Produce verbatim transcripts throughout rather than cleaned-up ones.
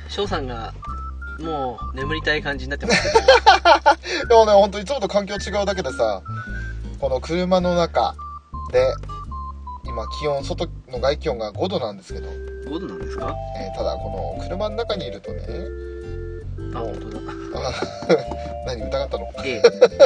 翔さんがもう眠りたい感じになってますけどでもね、本当いつもと環境違うだけでさ、この車の中で今気温、外の外気温がごどなんですけど、 ごどなんですか？ えー、ただこの車の中にいるとね、 あ、本当だ何疑ったの？ ええ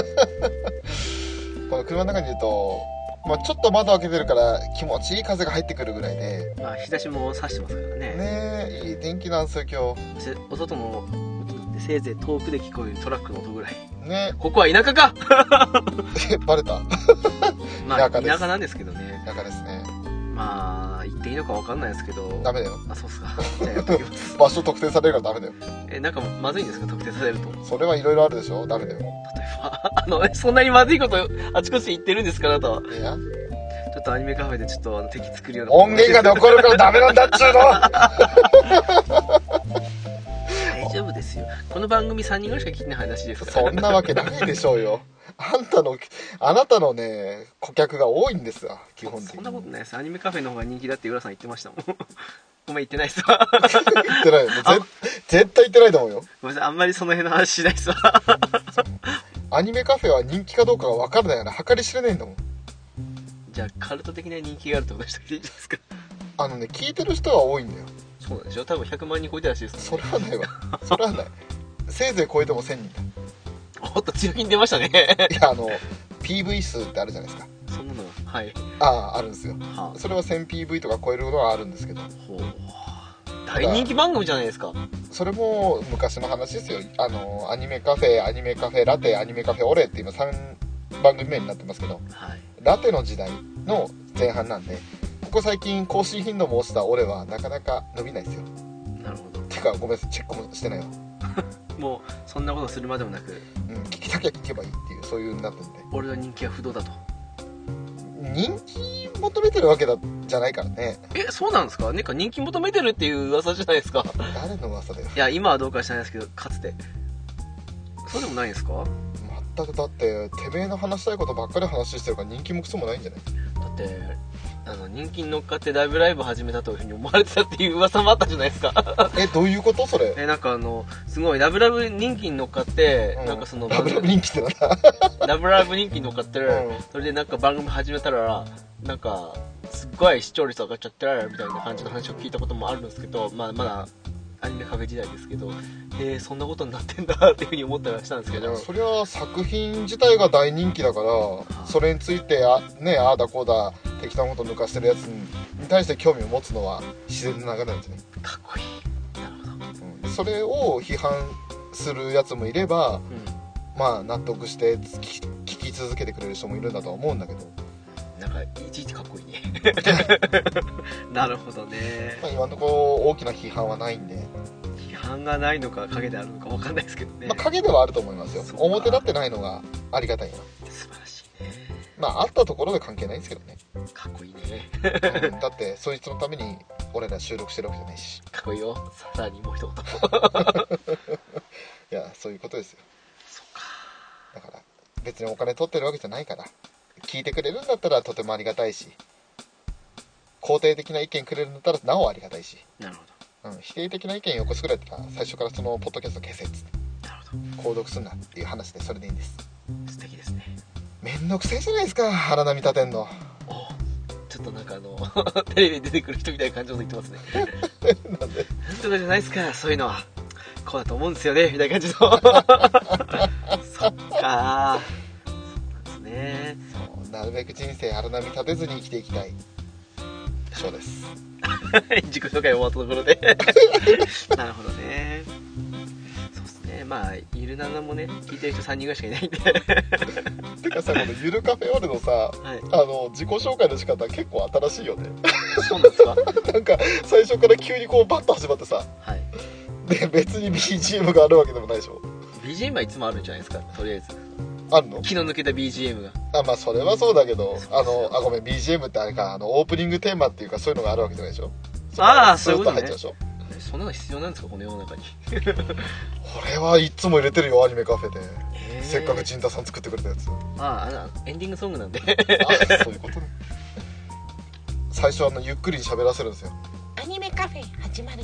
この車の中にいると、まあ、ちょっと窓開けてるから気持ちいい風が入ってくるぐらいで、 まあ日差しも差してますからね。 ねえ、いい天気なんですよ今せお外のせいぜい遠くで聞こえるトラックの音ぐらい。 日ね。 ここは田舎かバレた。 まあ田舎です田舎なんですけどね。 田舎ですね。 まあ言っていいのか分かんないですけど。 ダメだよ。 あ、そうっすか。じゃあやっときます場所特定されるからダメだよ。 え、なんかまずいんですか、特定されると。 それはいろいろあるでしょ。ダメだよ。 例えばあのそんなにまずいことあちこち言ってるんですか、あなたは。 いや、 ちょっとアニメカフェでちょっとあの敵作るような音源が残るからダメなんだっちゅうの。 大丈夫ですよ。この番組さんにんぐらいしか聞いてない話ですから。 そんなわけないでしょうよ。あんたのあなたのね顧客が多いんですよ、基本的に。 そんなことないです。アニメカフェの方が人気だって浦さん言ってましたもんごめん、言ってないっすわ言ってないよ。絶対言ってないと思うよ。 ごめんなさい、あんまりその辺の話しないっすわアニメカフェは人気かどうかが分からないよね。計り知れないんだもん。 じゃあカルト的な人気があるってことでしたっけ？いいですか？ あのね、聞いてる人は多いんだよ。 そうなんでしょ。多分ひゃくまんにん超えてるらしいですそからね。 れはないわ。それはない。せいぜい超えてもせんにんだ。 おっと強気に出ましたねいや、あの ピーブイ 数ってあるじゃないですか。 そんなのがはいああ、あるんですよ。 はあ、 それは せんピーブイ とか超えるのはあるんですけど、 ほう、大人気番組じゃないですか。 それも昔の話ですよ。あのアニメカフェ、アニメカフェラテ、アニメカフェオレって今さんばん組目になってますけど、 はい、 ラテの時代の前半なんで、ここ最近更新頻度も落ちたオレはなかなか伸びないですよ。 なるほど。 てかごめんなさい、チェックもしてないわ。 もうそんなことするまでもなく、 うん、聞きたきゃ聞けばいいっていう、そういうになってるんで。 俺は人気は不動だと。 人気求めてるわけだじゃないからね。 え、そうなんですか？なんか人気求めてるっていう噂じゃないですか。 誰の噂だよ。 いや、今はどうかは知らないですけど、かつてそうでもないんですか？ 全く。だっててめえの話したいことばっかり話してるから人気もクソもないんじゃない？ だってあの人気に乗っかってライブライブ始めたというふうに思われてたっていう噂もあったじゃないですかえ、どういうことそれ？ え、なんかあのすごいラブラブ人気に乗っかって、うん、なんかそのラブラブ人気ってなんだラブラブ人気に乗っかってる、 うん、 それでなんか番組始めたらなんかすっごい視聴率上がっちゃってるみたいな感じの話を聞いたこともあるんですけど、まあまだアニメカフェ時代ですけど、えー、そんなことになってんだっていうふうに思ったりはしたんですけど、 それは作品自体が大人気だから、それについてあね、ああだこうだ適当なこと抜かしてるやつに対して興味を持つのは自然な流れなんじゃない？ かっこいい。なるほど、 うん、それを批判するやつもいれば、うん、まあ納得して聞き、聞き続けてくれる人もいるんだとは思うんだけど、 なんかいちいちかっこいいねなるほどね、 まあ、今のところ大きな批判はないんで。 批判がないのか影であるのか分かんないですけどね、 まあ、影ではあると思いますよ。表立ってないのがありがたいな。 素晴らしいね。 まああったところで関係ないですけどね。 かっこいいねうん、だってそいつのために俺ら収録してるわけじゃないし。 かっこいいよ。さらにもう一言いや、そういうことですよ。 そうか。 だから別にお金取ってるわけじゃないから、聞いてくれるんだったらとてもありがたいし、肯定的な意見くれるんだったらなおありがたいし。 なるほど、うん、否定的な意見よこすくられたら最初からそのポッドキャスト消せっつって、 なるほど、購読すんなっていう話でそれでいいんです。 素敵ですね。 めんどくせえじゃないですか、荒波立てんの。 お、ちょっとなんかあのテレビに出てくる人みたいな感じのこと言ってますねなんでなんとかじゃないですか、そういうのはこうだと思うんですよねみたいな感じのそっか、そうですね。 そう、なるべく人生荒波立てずに生きていきたいそうです自己紹介終わったところでなるほどね。そうですね。まあゆるななもね、聞いてる人さんにんぐらいしかいないんでてかさ、このゆるカフェオレのさ、はい、あの自己紹介の仕方結構新しいよね。 そうなんですかなんか最初から急にこうバッと始まってさ、はい、で別に ビージーエム があるわけでもないでしょ。 ビージーエム はいつもあるんじゃないですか。とりあえずあるの？ 気の抜けた ビージーエム が。 あ、まあそれはそうだけど、あのあごめん ビージーエム ってあれか、あのオープニングテーマっていうかそういうのがあるわけじゃないでしょ。 ああ、そういうことね。 入っちゃうでしょ。 そんなの必要なんですかこの世の中に俺はいつも入れてるよ、アニメカフェで、えー、せっかく陣太さん作ってくれたやつ。 ああ、エンディングソングなんであ、そういうことね。最初あのゆっくり喋らせるんですよ。 アニメカフェ始まるよ。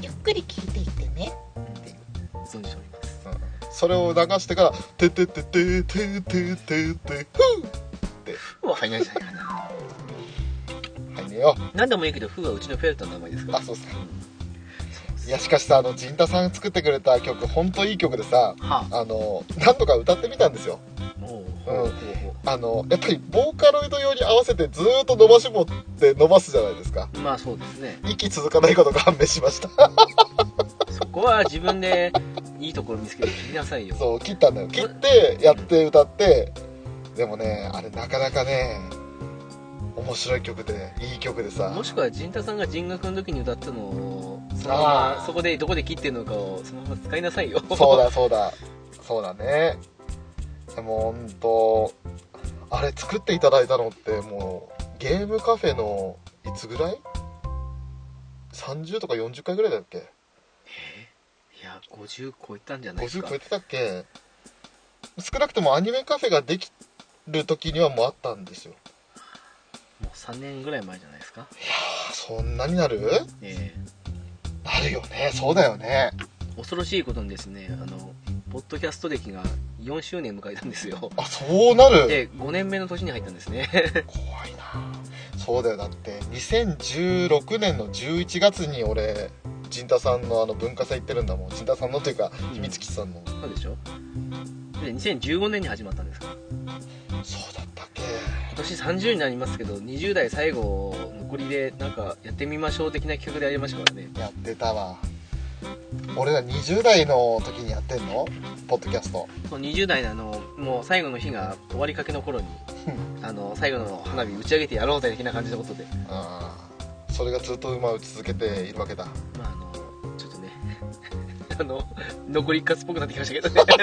ゆっくり聞いていってねっていう、 存じております、 うん、それを流してから「ててててててててふう!」ってフーは入んないんじゃないかな。 入んねえよ。 何でもいいけどフーはうちのフェルトの名前ですから。 あ、そうっすか。 うん、 いやしかしさ、あの陣太さん作ってくれた曲ほんといい曲でさ、 はあの何度か歌ってみたんですよ。 あ、おううんほうほうあのやっぱりボーカロイド用に合わせてずーっと伸ばし棒って伸ばすじゃないですか。 ほう。まあそうですね。 息続かないことが判明しましたそこは自分でいいところ見つけて切りなさいよ。 そう切ったんだよ。切ってやって歌って、でもねあれなかなかね面白い曲でいい曲でさ、 もしくは陣太さんが人学の時に歌ったのをそのまあーまそこでどこで切ってるのかをそのまま使いなさいよ。 そうだそうだそうだね。でもほんとあれ作っていただいたのってもうゲームカフェのいつぐらいさんじゅうとかよんじゅっかいぐらいだっけ。 いやごじゅう超えたんじゃないですか。 ごじゅう超えてたっけ。少なくともアニメカフェができる時にはもうあったんですよ。 もうさんねんぐらい前じゃないですか。 いやーそんなになるえなるよね。そうだよね。 え、恐ろしいことにですね、あのポッドキャスト歴がよんしゅうねん迎えたんですよ。 あ、そうなる。 でごねんめの年に入ったんですね。 怖いな。そうだよ。だってにせんじゅうろくねんのじゅういちがつに俺陣太さんのあの文化祭行ってるんだもん。陣太さんのというか秘密基地さんの、 そうでしょ。でにせんじゅうごねんに始まったんですから。 そうだったっけ。 今年さんじゅうになりますけど、にじゅう代最後残りでなんかやってみましょう的な企画でやりましたからね。 やってたわ。俺らにじゅう代の時にやってんのポッドキャスト。 そうにじゅう代のあのもう最後の日が終わりかけの頃にあの最後の花火打ち上げてやろうぜ的な感じのことで、 ああ、それがずっと今続けているわけだ。 まああのちょっとねあの残り一括っぽくなってきましたけどね。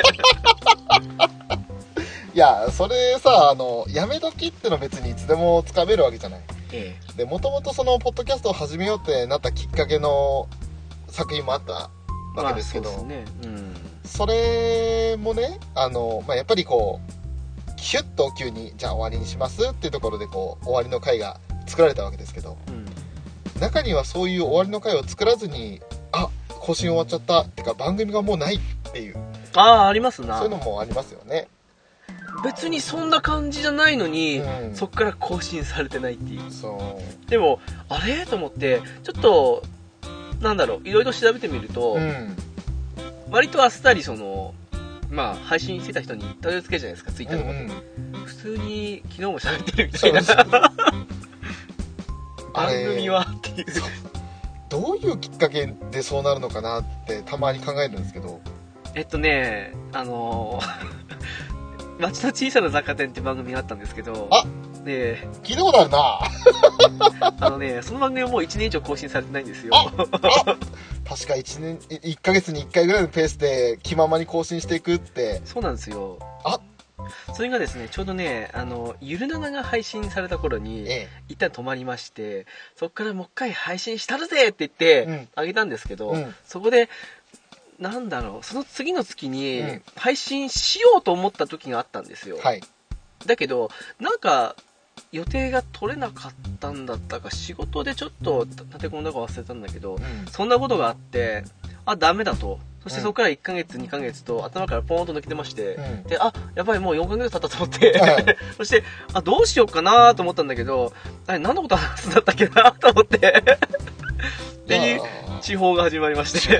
いやそれさ、あのやめ時っての別にいつでもつかめるわけじゃない。 えでもともとそのポッドキャストを始めようってなったきっかけの作品もあったえ、 わけですけど、 まあそうですね、うん、 それもね、あの、まあ、やっぱりこうキュッと急にじゃあ終わりにしますっていうところでこう終わりの回が作られたわけですけど、 うん、 中にはそういう終わりの回を作らずに、あ、更新終わっちゃったってか番組がもうないっていう、 ああありますな。 そういうのもありますよね。 別にそんな感じじゃないのに、 うん、 そっから更新されてないっていう。 そうでもあれと思ってちょっとなんだろう、いろいろ調べてみると、 うん、 割とあっさりそのまあ配信してた人にたどり着けるじゃないですか、ツイッターのこと、 うんうん、 普通に昨日も喋ってるみたいな番組はっていう。 どういうきっかけでそうなるのかなってたまに考えるんですけど、 えっとねあの町の小さな雑貨店って番組があったんですけど、 あで聞いたことあるな。 あのねその番組はもういちねん以上更新されてないんですよ。 ああ確かいちねんいっかげつにいっかいぐらいのペースで気ままに更新していくって。 そうなんですよ。 あそれがですねちょうどねあのゆるななが配信された頃に、 ええ、 一旦止まりまして、そこからもう一回配信したるぜって言って、 うん、 あげたんですけど、 うん、 そこでなんだろう、その次の月にうん配信しようと思った時があったんですよ、 はい、 だけどなんか予定が取れなかったんだったか、仕事でちょっと立て込んだか忘れたんだけど、 うん、 そんなことがあって、あ、ダメだと。そしてそこからいっかげつ、にかげつと頭からポーンと抜けてまして、 うん、 で、あ、やばい、もうよんかげつ経ったと思って、 はい、 そして、あ、どうしようかなと思ったんだけど、あれ、何のこと話すんだったっけなと思って、で、地方が始まりまして。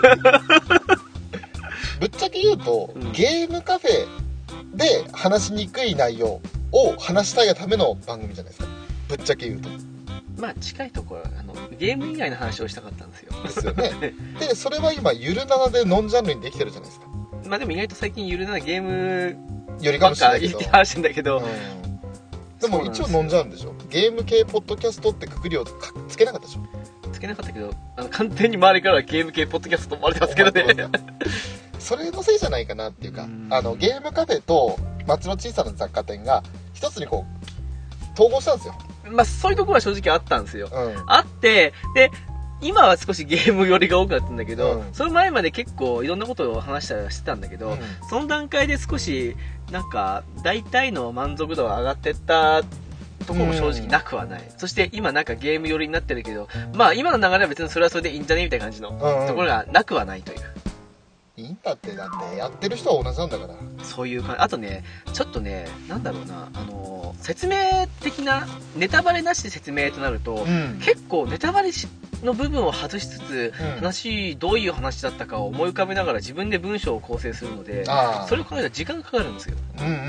ぶっちゃけ言うと、うん、ゲームカフェで話しにくい内容を話したいがための番組じゃないですか。ぶっちゃけ言うと。 まあ近いところ、あのゲーム以外の話をしたかったんですよ。 ですよね。でそれは今ゆるななでノンジャンルにできてるじゃないですか。 まあでも意外と最近ゆるななゲームよりかもしれないけど。 ばっか言って話してんだけど、うん、 でも一応ノンジャンルでしょ。ゲーム系ポッドキャストってくくりをつけなかったでしょ。 つけなかったけど、あの完全に周りからはゲーム系ポッドキャストと思われてますけどね。 それのせいじゃないかなっていうか、うあのゲームカフェと街の小さな雑貨店が一つにこう統合したんですよ。 まあそういうところは正直あったんですよ、 うん、 あって、で今は少しゲーム寄りが多くなったんだけど、 うん、 その前まで結構いろんなことを話したりしてたんだけど、うん、その段階で少しなんか大体の満足度が上がってったところも正直なくはない、そして今なんかゲーム寄りになってるけど、まあ今の流れは別にそれはそれでいいんじゃねみたいな感じのところがなくはないという、 いいんだって、だってやってる人は同じなんだから。 そういう感じ。あとね、ちょっとね、なんだろうな、あのー説明的な、ネタバレなしで説明となると、 うん、 結構ネタバレの部分を外しつつ、 うん、 話、どういう話だったかを思い浮かべながら自分で文章を構成するので、それを考えたら時間がかかるんですよ。 うんうんうん。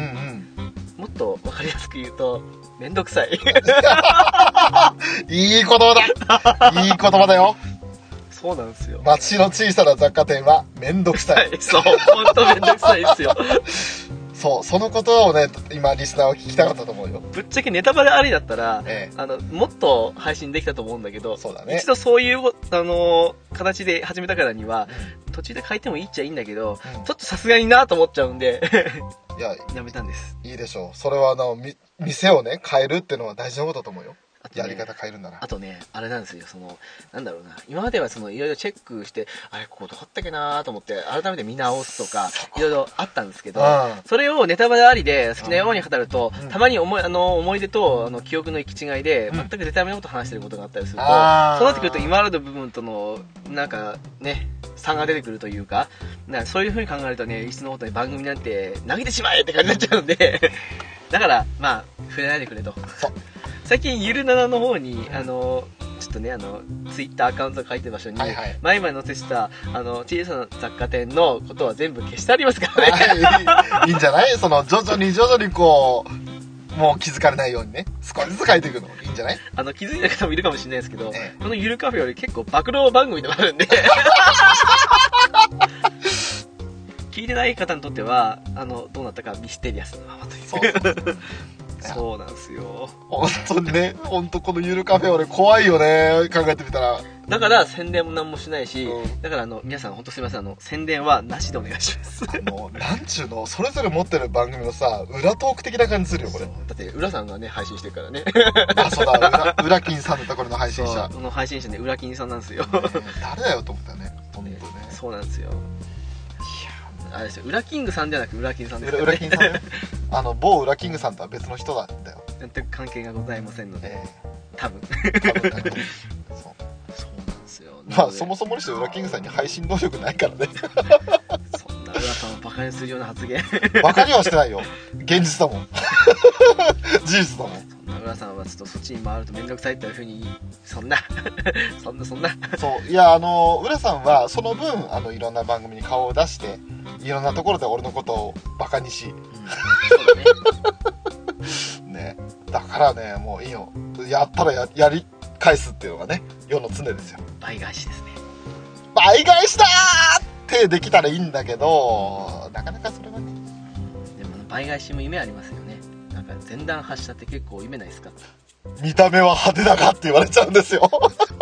もっと分かりやすく言うと、めんどくさい。 いい言葉だいい言葉だよ。 そうなんですよ。 街の小さな雑貨店はめんどくさい。 そう、本当めんどくさいですよ。 そう、そのことをね、今リスナーは聞きたかったと思うよ。 ぶっちゃけネタバレありだったら、 ええ、 あの、もっと配信できたと思うんだけど、 そうだね、 一度そういう、あのー、形で始めたからには、うん、途中で変えてもいいっちゃいいんだけど、うん、ちょっとさすがになと思っちゃうんで、いや、やめたんです。 いいでしょう。それはあの、み、店をね、変えるっていうのは大事なことだと思うよ。ね、やり方変えるんだな。 あとね、あれなんですよ、その、なんだろうな、今まではその、いろいろチェックして、あれ、ここどうだったっけなと思って、改めて見直すとか、いろいろあったんですけど、うん、それをネタバレありで好きなように語ると、うん、たまに思い、あの、思い出と、あの、記憶の行き違いで、全くネタバレのこと話してることがあったりすると、うん、そうなってくると、今までの部分との、なんか、ね、差が出てくるというか、なんかそういう風に考えるとね、いっそのことに番組なんて投げてしまえって感じになっちゃうんで、だから、まあ、触れないでくれと。そう。最近ゆるななの方にあのちょっとねあのツイッターアカウントが書いてる場所に、はいはい、前々載せしたあの小さな雑貨店のことは全部消してありますからね、 はい、いいんじゃない？その徐々に徐々にこうもう気づかれないようにね少しずつ書いていくのいいんじゃない？ あの気づいた方もいるかもしれないですけど、ええ、このゆるカフェより結構暴露番組でもあるんで聞いてない方にとってはあのどうなったかミステリアスなままという。そうそうそうなんですよ。 本当にね、本当このゆるカフェ俺怖いよね、考えてみたら。 だから宣伝も何もしないし、うん、だからあの皆さん本当すみません、あの宣伝はなしでお願いします。 あのなんちゅうの、それぞれ持ってる番組のさ、裏トーク的な感じするよこれ。だって浦さんがね配信してるからね。 あ、そうだ、裏裏金さんのところの配信者。 その配信者ね裏金さんなんですよ。ね、 誰だよと思ったよね、本当ね。 そうなんですよ。あれですよ、裏キングさんじゃなく裏金さんですよね。 裏金さんね。あの某裏キングさんとは別の人なんだよ。 全く関係がございませんので、えー、多分。多分ね。そう。そうなんですよ。 まあそもそもにして裏キングさんに配信能力ないからね。 そんな浦さんをバカにするような発言。 バカにはしてないよ。現実だもん。事実だもん。 そんな浦さんはちょっとそっちに回ると面倒くさいっていうふうにそんなそんなそんな。 そういやあの浦さんはその分あのいろんな番組に顔を出して。いろんなところで俺のことをバカにし、うん、そうだね。ね、だからねもういいよやったら や, やり返すっていうのがね世の常ですよ。 倍返しですね。 倍返しだーってできたらいいんだけどなかなかそれはね。 でも倍返しも夢ありますよね。なんか前段発射って結構夢ないですか？ 見た目は派手だかって言われちゃうんですよ。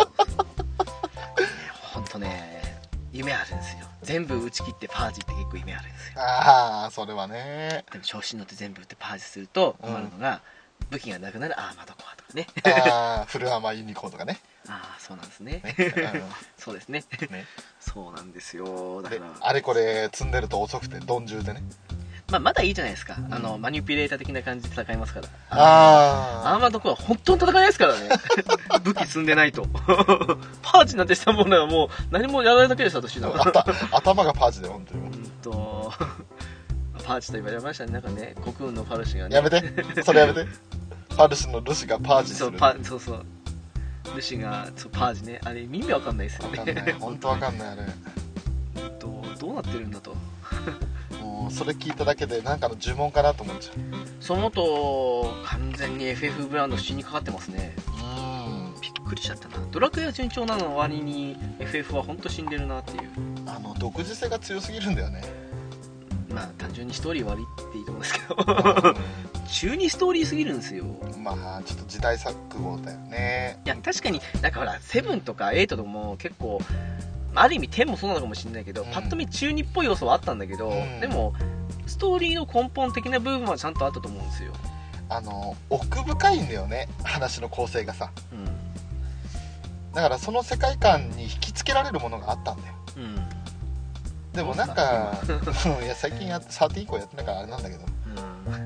本当ね夢あるんですよ。全部打ち切ってパージって結構夢あるんですよ。 ああそれはね。 でも調子に乗って全部打ってパージすると困るのが、うん、武器がなくなるアーマードコアとかね。 ああフルアーマーユニコーンとかね。 ああそうなんですね。ねそうですね。ねそうなんですよ。だからあれこれ積んでると遅くて鈍重でね。 まあ、まだいいじゃないですか、うん、あのマニピュレーター的な感じで戦いますから。 ああアーマードコア本当に戦えないですからね。武器積んでないと。パーチなんてしたものはもう何もやらないだけです私の頭がパーチで本当に。 うんとパーチと言われましたね。なんかねコクーンのファルシがね。 やめてそれやめて。ファルシのルシがパージする。 そうパそうそうルシがそうパージねあれ意味わかんないですよね。 わかんない本当わかんないあれ。 どうどうなってるんだと。 それ聞いただけで何かの呪文かなと思っちゃう。 そのと完全に エフエフ ブランド死にかかってますね。うんびっくりしちゃったな。ドラクエは順調なの割に エフエフ は本当死んでるなっていう。 あの独自性が強すぎるんだよね。 まあ単純にストーリー悪いっていいと思うんですけど中にストーリーすぎるんですよ。 まあちょっと時代錯誤だよね。 いや確かになんかほらセブンとかエイトとかも結構ある意味テンもそうなのかもしれないけど、うん、パッと見中二っぽい要素はあったんだけど、うん、でもストーリーの根本的な部分はちゃんとあったと思うんですよ。 あの奥深いんだよね話の構成がさ、うん、だからその世界観に引きつけられるものがあったんだよ、うん、でもなんかいや最近やじゅうさん以降やってないからあれなんだけど、うん、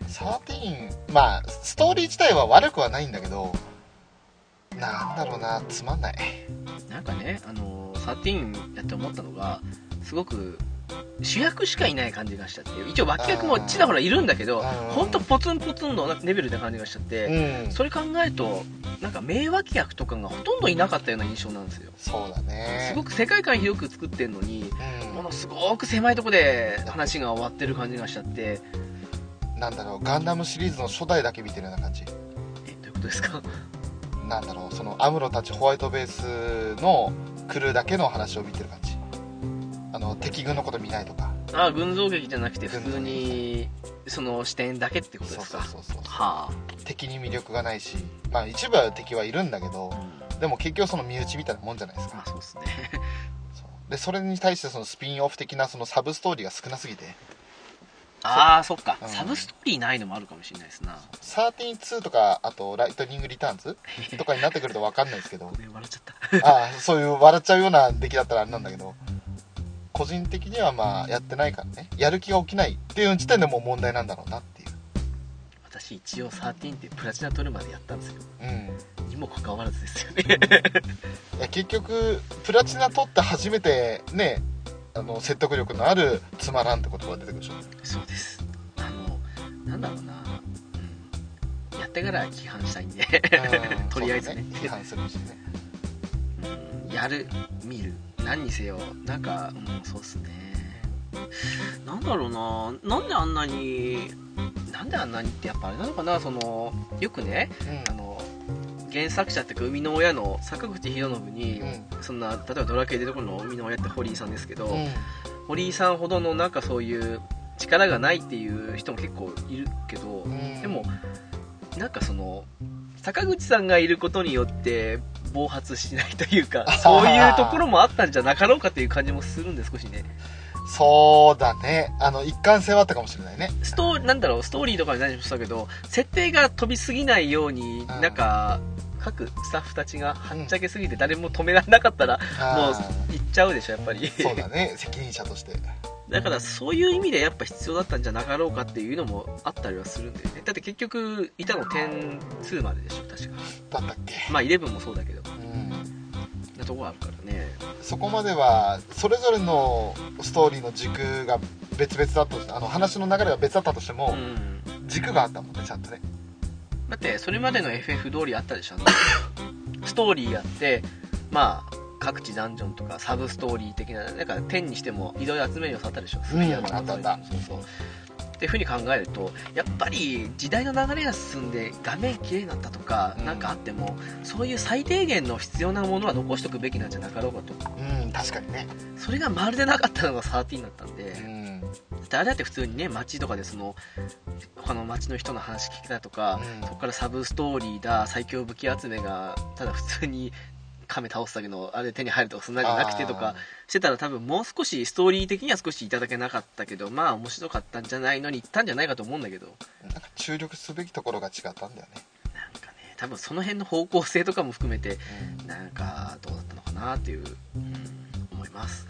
サーティーン、まあストーリー自体は悪くはないんだけど、なんだろうな、つまんない。 なんかね、あのサーティーンやって思ったのが、すごく主役しかいない感じがしちゃって、一応脇役もちらほらいるんだけど、ほんとポツンポツンのレベルな感じがしちゃって、うん、それ考えるとなんか名脇役とかがほとんどいなかったような印象なんですよ。 そうだね。 すごく世界観広く作ってんのに、うん、ものすごく狭いとこで話が終わってる感じがしちゃって、 なんだろう、ガンダムシリーズの初代だけ見てるような感じ。 え、どういうことですか？ なんだろう、そのアムロたちホワイトベースのクルーだけの話を見てる感じ。あの敵軍のこと見ないとか。 ああ、群像劇じゃなくて普通にその視点だけってことですか？ そうそうそうそう。 はあ。 敵に魅力がないし、まあ一部は敵はいるんだけど、うん、でも結局その身内みたいなもんじゃないですか。 まあそうですね。 そうで、それに対してそのスピンオフ的なそのサブストーリーが少なすぎて。 ああ、そっか、うん、サブストーリーないのもあるかもしれないですな。 サーティーンツーとか、あとライトニングリターンズとかになってくると分かんないですけどごめん、笑っちゃったああ、そういう笑っちゃうような出来だったらあれなんだけど、個人的にはまあやってないからね、やる気が起きないっていう時点でもう問題なんだろうなっていう。 私一応サーティーンってプラチナ取るまでやったんですよ。 うん。 にもかかわらずですよねいや結局プラチナ取って初めてね、あの説得力のあるつまらんって言葉が出てくるでしょ。 そうです。あのなんだろうな、うん、やってから批判したいんでとりあえずね、 批判するしね、 うん、やる見る何にせよなんか、うん、そうっすね。なんだろうな、なんであんなになんであんなにってやっぱあれなのかな、そのよくね、うん、あの原作者っていうか生みの親の坂口裕信に、うん、そんな例えばドラクエでどころの生みの親って堀井さんですけど、うん、堀井さんほどのなんかそういう力がないっていう人も結構いるけど、うん、でもなんかその坂口さんがいることによって暴発しないというかそういうところもあったんじゃなかろうかという感じもするんで、少しね。 そうだね、あの一貫性はあったかもしれないね。 ストーなんだろう、ストーリーとかに何もしたけど設定が飛びすぎないように、うん、なんか各スタッフたちがはっちゃけすぎて誰も止められなかったら、うん、もう行っちゃうでしょやっぱり。 そうだね、責任者としてだからそういう意味でやっぱ必要だったんじゃなかろうかっていうのもあったりはするんだよね。だって結局いたのじゅうにまででしょ確か。 だったっけ。 まあじゅういちもそうだけど、うんなとこあるからね。 そこまではそれぞれのストーリーの軸が別々だとして、あの話の流れが別だったとしても、うん、軸があったもんねちゃんとね。 だってそれまでの エフエフ 通りあったでしょストーリーやってまあ各地ダンジョンとかサブストーリー的な、なんか天にしてもいろいろ集めるようにあったでしょ、スフィアの、 うん、あったあった。 そうそうっていう風に考えるとやっぱり時代の流れが進んで画面綺麗になったとか、うん、なんかあってもそういう最低限の必要なものは残しておくべきなんじゃなかろうかと。 うん、確かにね。じそれがまるでなかったのがじゅうさんだったんで、 うん、 だってあれだって普通にね街とかでその他の街の人の話聞けたとか、うん、そこからサブストーリーだ最強武器集めがただ普通に亀倒すだけのあれ手に入るとかそんなのなくてとかしてたら多分もう少しストーリー的には少しいただけなかったけど、まあ面白かったんじゃないのに言ったんじゃないかと思うんだけど、 なんか注力すべきところが違ったんだよね。 なんかね多分その辺の方向性とかも含めて、うん、なんかどうだったのかなっていう、うん、思います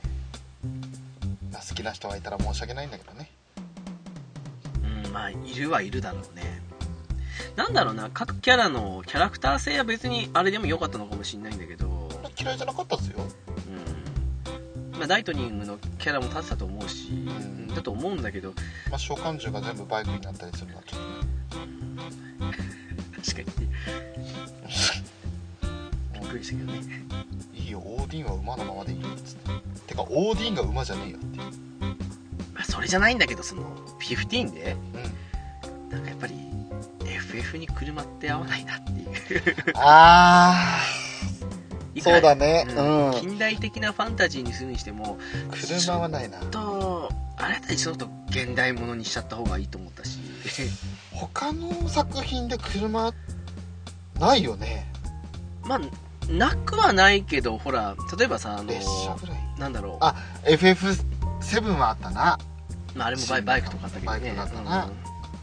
好きな人がいたら申し訳ないんだけどね。 うんまあいるはいるだろうね。なんだろうな、各キャラのキャラクター性は別にあれでも良かったのかもしれないんだけど、 嫌いじゃなかったっすよ。 うんまあ、ライトニングのキャラも立ってたと思うし、うん、だと思うんだけど、 まあ、召喚獣が全部バイクになったりするのはちょっとね、うん、確かにびっくりしたけどね。 いいよ、オーディンは馬のままでいいよっつって。てかオーディンが馬じゃねえよっていう。 まあそれじゃないんだけど、そのじゅうごで、 うん、 なんかやっぱりエフエフ に車って合わないなっていうあーそうだね、 うんうん、近代的なファンタジーにするにしても車はないなとあれだったらちょっと現代ものにしちゃった方がいいと思ったし他の作品で車ないよね。 まあなくはないけど、ほら例えばさ、あの列車ぐらいなんだろう、 あ エフエフセブン はあったな、 まあ、あれもバイバイクとかあったけどね、 バイクだったな、うん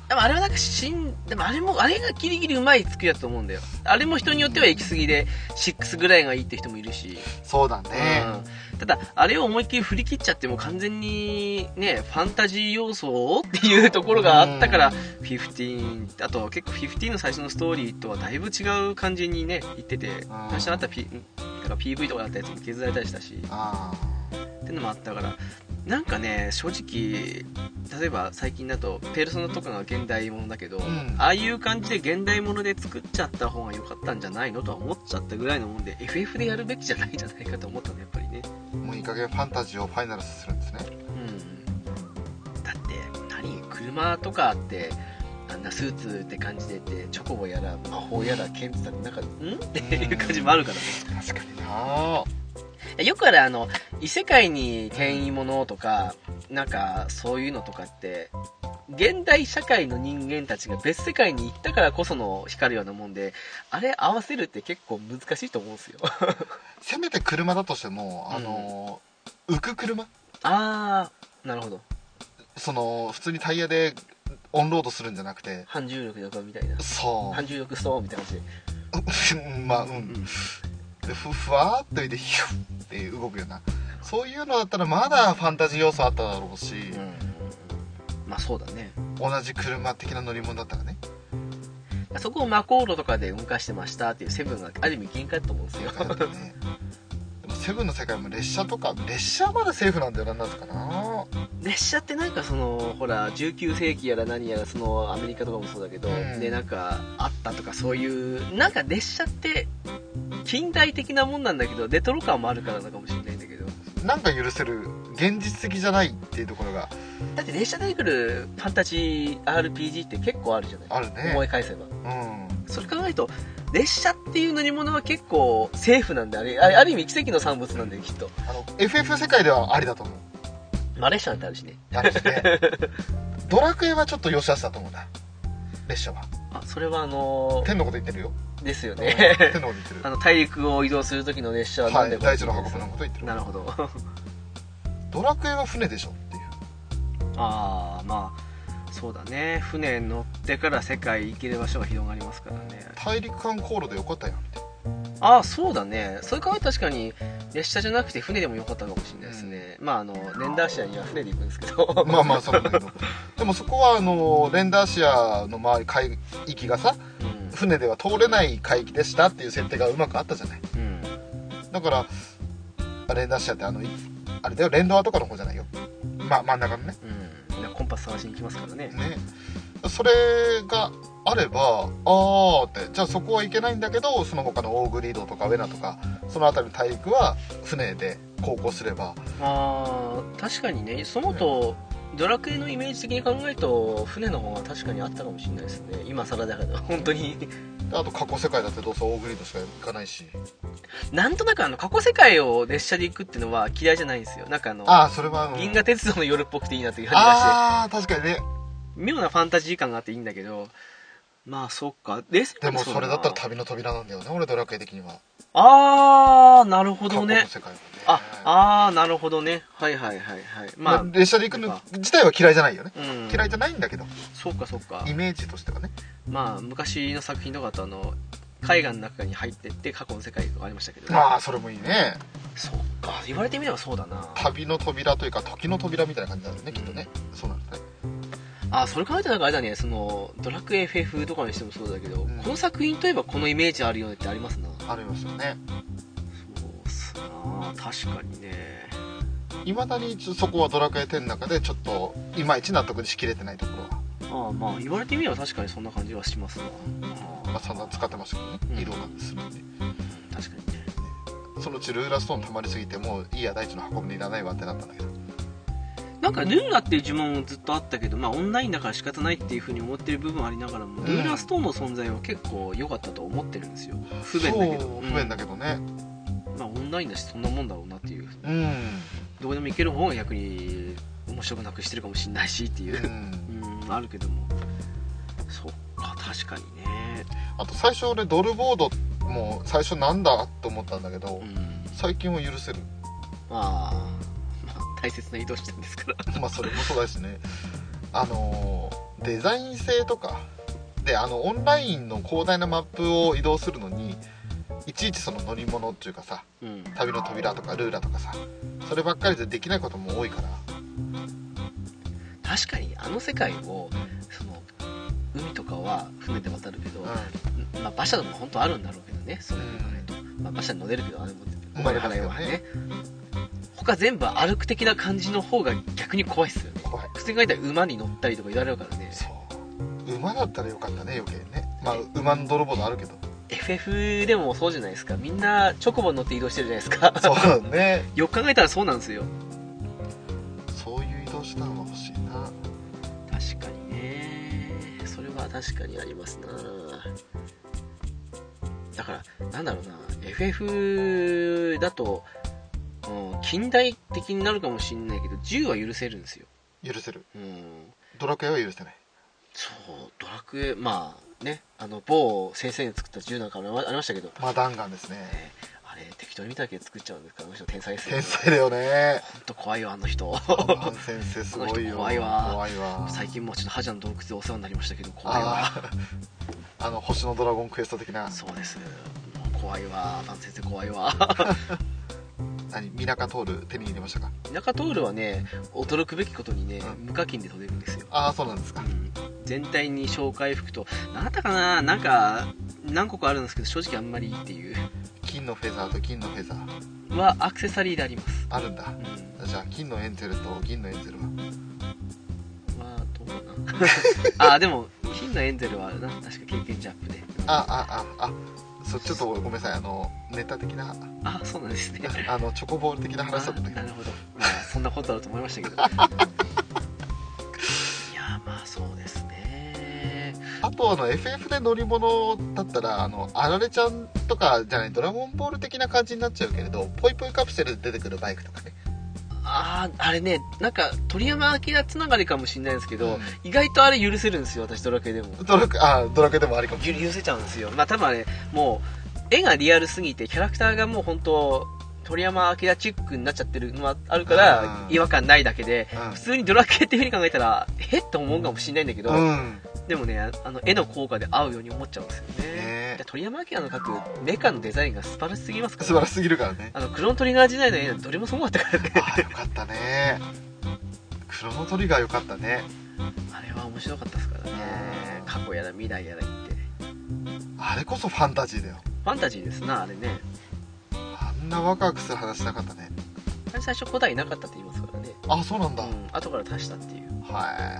でもあれはなんかしん、でもあれも、あれがギリギリうまい作りだと思うんだよ。あれも人によっては行き過ぎで、ろくぐらいがいいって人もいるし。 そうだね。 うん、ただ、あれを思いっきり振り切っちゃっても完全にね、ファンタジー要素っていうところがあったから、じゅうご、あと結構じゅうごの最初のストーリーとはだいぶ違う感じにね、言ってて、最初にあった P、だから ピーブイ とかだったやつも削られたりしたし、 あってのもあったから、なんかね、正直、例えば最近だとペルソナとかが現代ものだけど、うん、ああいう感じで現代もので作っちゃった方が良かったんじゃないのとは思っちゃったぐらいのもんで、 エフエフ でやるべきじゃないんじゃないかと思ったのやっぱりね。 もういい加減ファンタジーをファイナルするんですね。 うん。だって何、車とかってあんなスーツって感じでってチョコボやら魔法やら剣ってたらなんかんっていう感じもあるからね。 確かにな。 よくあれ、あの異世界に転移ものとかなんかそういうのとかって現代社会の人間たちが別世界に行ったからこその光るようなもんで、あれ合わせるって結構難しいと思うんですよ。 せめて車だとしてもあの、うん、浮く車、 あーなるほど。その普通にタイヤでオンロードするんじゃなくて反重力とかみたいな、 そう反重力ストーンみたいな感じでまあうん、うん、でふふわーっといてヒュッって動くような、そういうのだったらまだファンタジー要素あっただろうし、うん、 まあそうだね。 同じ車的な乗り物だったらね。 そこをマコードとかで動かしてましたっていうセブンがある意味限界だと思うんですよ。ね、 でもセブンの世界も列車とか、列車はまだセーフなんだよな、なんですかな。 列車ってなんかそのほらじゅうきゅう世紀やら何やらそのアメリカとかもそうだけど、うん、でなんかあったとかそういうなんか列車って近代的なもんなんだけどレトロ感もあるからなのかもしれないんだけど、 なんか許せる現実的じゃないっていうところが。 だって列車出てくるファンタジー アールピージー って結構あるじゃない。 あるね、 思い返せば。 うん、 それ考えると列車っていう乗り物は結構セーフなんで、あれある意味奇跡の産物なんだよきっと。 あの エフエフ 世界ではありだと思う。 まあ列車なんてあるしね。 あるしね。ドラクエはちょっと良し悪しだと思うんだ、列車は。 あ、それはあのー、 天のこと言ってるよ。 ですよね。 天のこと言ってる。 あの大陸を移動する時の列車はなんで、 はい、大地の運ぶのこと言ってる。 なるほど。 ドラクエは船でしょっていう。 ああ、まあそうだね。船乗ってから世界行ける場所が広がりますからね。 大陸間航路でよかったやんって。 ああ、そうだね。そういう考え確かに列車じゃなくて船でもよかったかもしれないですね。うん、まああのレンダーシアには船で行くんですけど。 まあまあそうだけど。でもそこはあのレンダーシアの周り海域がさ、うん、船では通れない海域でしたっていう設定がうまくあったじゃない。うん、だからレンダーシアってあのあれだよ、レンドアとかの方じゃないよ。ま真ん中のね。 うん。コンパス探しに行きますからね。 ね。それがあれば、あーって、じゃあそこは行けないんだけど、その他のオーグリードとかウェナとか、その辺りの大陸は船で航行すれば。 あー、確かにね、そのと、うん、ドラクエのイメージ的に考えると、船の方が確かにあったかもしれないですね。今更だけど、本当に。 あと過去世界だってどうせオーグリードしか行かないし。 なんとなくあの過去世界を列車で行くっていうのは嫌いじゃないんですよ。なんかあの、 あー、それは、 うん、銀河鉄道の夜っぽくていいなという感じがして。 あー、確かにね。 妙なファンタジー感があっていいんだけど、まあそっか。でもそれだったら旅の扉なんだよね、俺ドラクエ的には。 あー、なるほどね。 過去の世界はね。 あ、あー、なるほどね。はいはいはいはい。 まあ、列車で行くの自体は嫌いじゃないよね。うん、嫌いじゃないんだけど。 そうかそうか。 イメージとしてはね。 まあ昔の作品とかとあの海岸の中に入ってって過去の世界とかありましたけど、ね、 まあそれもいいね。 そっか、言われてみればそうだな。 旅の扉というか時の扉みたいな感じだよね、きっとね。そうなんだね。 あ、それ考えたらあれだね、そのドラクエ エフエフ とかにしてもそうだけど、うん、この作品といえばこのイメージあるよねってありますな。 ありますよね。 そうっすな、確かにね。 いまだにそこはドラクエテンの中でちょっといまいち納得しきれてないところは。 ああ、まあ言われてみれば確かにそんな感じはしますな。 まあ散々使ってましたけどね、うん、色がするんで。 確かにね。 そのうちルーラーストーン溜まりすぎてもういいや、大地の運ぶにいらないわってなったんだけど。 なんかルーラーっていう呪文もずっとあったけど、まあオンラインだから仕方ないっていう風に思ってる部分ありながらも、うん、ルーラーストーンの存在は結構良かったと思ってるんですよ。不便だけど。 そう不便だけどね、 うん、まあオンラインだしそんなもんだろうなっていう、 うん、 どこでも行ける方が逆に面白くなくしてるかもしれないしっていう、うん、うん、あるけども、そっか、確かにね。 あと最初俺ドルボードも最初なんだと思ったんだけど、うん、最近は許せる。 ああ、大切な移動手段ですから。 まあそれもそうだしね。あのデザイン性とかで、あのオンラインの広大なマップを移動するのにいちいちその乗り物っていうかさ、 うん、 旅の扉とかルーラとかさ、そればっかりでできないことも多いから。 確かにあの世界をその海とかは船で渡るけど、うん、まあ、馬車でも本当あるんだろうけどね、そういうのねと、まあ、馬車に乗れるけどあれもお前の話はね、他全部歩く的な感じの方が逆に怖いっすよね。 怖い。 普通に書いたら馬に乗ったりとか言われるからね。 そう馬だったらよかったね、余計にね。まあ馬の泥棒のあるけどエフエフ でもそうじゃないですか。みんなチョコボに乗って移動してるじゃないですか。 そうだね。 よく考えたらそうなんですよ。 そういう移動手段は欲しいな。 確かにね、それは確かにありますな。だからなんだろうな、 エフエフ だと、うん、近代的になるかもしれないけど銃は許せるんですよ。 許せる。 うん、 ドラクエは許せない。 そう、ドラクエ、まあね、あの某先生に作った銃なんかもありましたけど、 まあ弾丸ですね、 えー、あれ適当に見ただけで作っちゃうんですから、あの人天才ですよ。 天才だよね。 ほんと怖いよあの人。 弾丸先生すごいよ。 怖いわ。 怖いわ。 最近もちょっとハジャの洞窟でお世話になりましたけど怖いわ。 ああの星のドラゴンクエスト的な。 そうです、もう怖いわ、バン先生怖いわ。 何、ミナカトール手に入れましたか？ ミナカトールはね、驚くべきことにね、 うん、 無課金で取れるんですよ。 ああ、そうなんですか。うん、 全体に紹介服と何だったかな、なんか何個かあるんですけど正直あんまりいいっていう。 金のフェザーと銀のフェザーはアクセサリーであります。 あるんだ、うん、じゃあ金のエンゼルと銀のエンゼルはまあどうかな。あ、でも金のエンゼルはな、確か経験ジャップで。 ああああそちょっとごめんなさい、あのネタ的な。 あ、そうなんですね。 あのチョコボール的な話だったんだけど。 なるほど、まあそんなことあると思いましたけど。いやまあそうですね。 あとあの エフエフ で乗り物だったらあのあられちゃんとかじゃない、ドラゴンボール的な感じになっちゃうけれど、ポイポイカプセルで出てくるバイクとかね。 ああ、あれね、なんか鳥山明つながりかもしれないですけど、 うん、 意外とあれ許せるんですよ、私ドラクエでも。 ドラクあドラクエでもありかもしれない。 許せちゃうんですよ。まあ多分あれもう絵がリアルすぎてキャラクターがもう本当鳥山明チックになっちゃってるのはあるから違和感ないだけで、うん、普通にドラクエっていう風に考えたらへっと思うかもしれないんだけど、うん、でもね、あの絵の効果で合うように思っちゃうんですよね。ね、鳥山明の描くメカのデザインが素晴らしすぎますから、ね、 素晴らしすぎるからね。 あのクロノトリガー時代の絵なんてどれもすごかったからね。 ああよかったね。クロノトリガーよかったね。 あれは面白かったですからね。過去やら未来やら言って、 あれこそファンタジーだよ。 ファンタジーですな、あれね。 あんなワクワクする話なかったね。 最初古代なかったって言いますからね。 あ、そうなんだ。うん、 後から足したっていう。